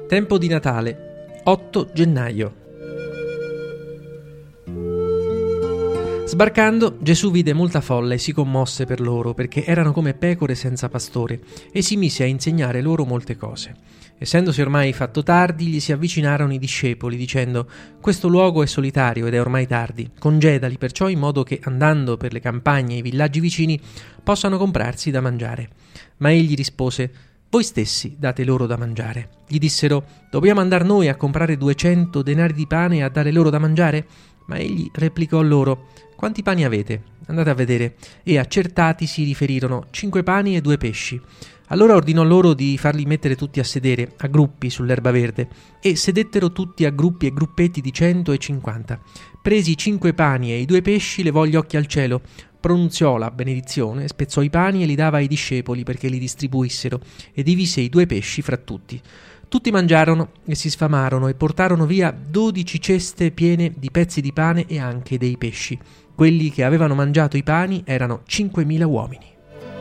Tempo di Natale, 8 gennaio. Sbarcando, Gesù vide molta folla e si commosse per loro, perché erano come pecore senza pastore, e si mise a insegnare loro molte cose. Essendosi ormai fatto tardi, gli si avvicinarono i discepoli, dicendo: «Questo luogo è solitario ed è ormai tardi. Congedali perciò in modo che, andando per le campagne e i villaggi vicini, possano comprarsi da mangiare». Ma egli rispose: «Voi stessi date loro da mangiare». Gli dissero: «Dobbiamo andar noi a comprare 200 denari di pane e a dare loro da mangiare?» Ma egli replicò loro: «Quanti pani avete? Andate a vedere». E accertati si riferirono: 5 pani e 2 pesci. Allora ordinò loro di farli mettere tutti a sedere, a gruppi, sull'erba verde, e sedettero tutti a gruppi e gruppetti di 150. Presi i 5 pani e i 2 pesci, levò gli occhi al cielo, pronunziò la benedizione, spezzò i pani e li dava ai discepoli perché li distribuissero, e divise i 2 pesci fra tutti. Tutti mangiarono e si sfamarono e portarono via 12 ceste piene di pezzi di pane e anche dei pesci. Quelli che avevano mangiato i pani erano 5.000 uomini.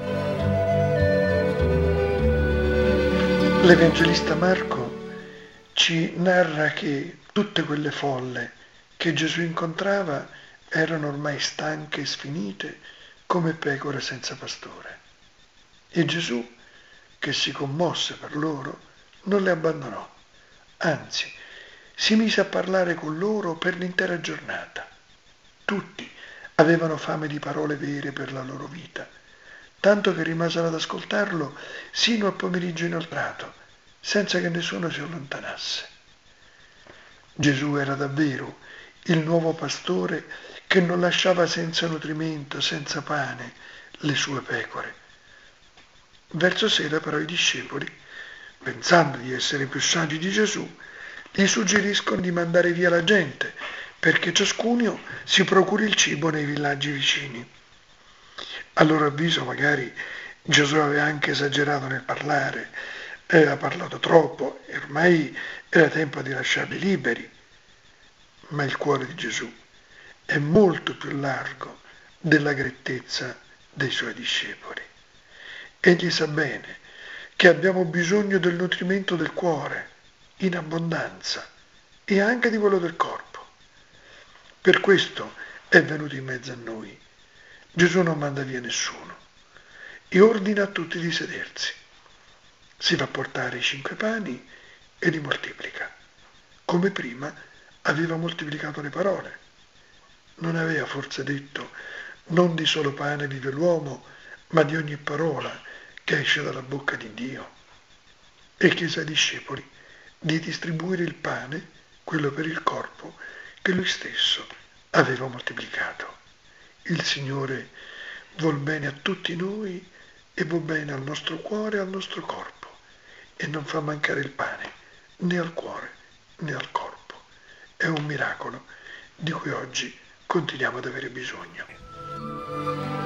L'Evangelista Marco ci narra che tutte quelle folle che Gesù incontrava erano ormai stanche e sfinite come pecore senza pastore. E Gesù, che si commosse per loro, non le abbandonò, anzi si mise a parlare con loro per l'intera giornata. Tutti avevano fame di parole vere per la loro vita, tanto che rimasero ad ascoltarlo sino al pomeriggio inoltrato, senza che nessuno si allontanasse. Gesù era davvero il nuovo pastore che non lasciava senza nutrimento, senza pane, le sue pecore. Verso sera però i discepoli, pensando di essere più saggi di Gesù, gli suggeriscono di mandare via la gente, perché ciascuno si procuri il cibo nei villaggi vicini. A loro avviso magari Gesù aveva anche esagerato nel parlare, aveva parlato troppo e ormai era tempo di lasciarli liberi. Ma il cuore di Gesù è molto più largo della grettezza dei suoi discepoli. Egli sa bene che abbiamo bisogno del nutrimento del cuore in abbondanza e anche di quello del corpo. Per questo è venuto in mezzo a noi. Gesù non manda via nessuno e ordina a tutti di sedersi. Si fa portare i 5 pani e li moltiplica. Come prima aveva moltiplicato le parole. Non aveva forse detto: non di solo pane vive l'uomo, ma di ogni parola che esce dalla bocca di Dio. E chiese ai discepoli di distribuire il pane, quello per il corpo, che lui stesso aveva moltiplicato. Il Signore vuol bene a tutti noi e vuol bene al nostro cuore e al nostro corpo, e non fa mancare il pane né al cuore né al corpo. È un miracolo di cui oggi continuiamo ad avere bisogno.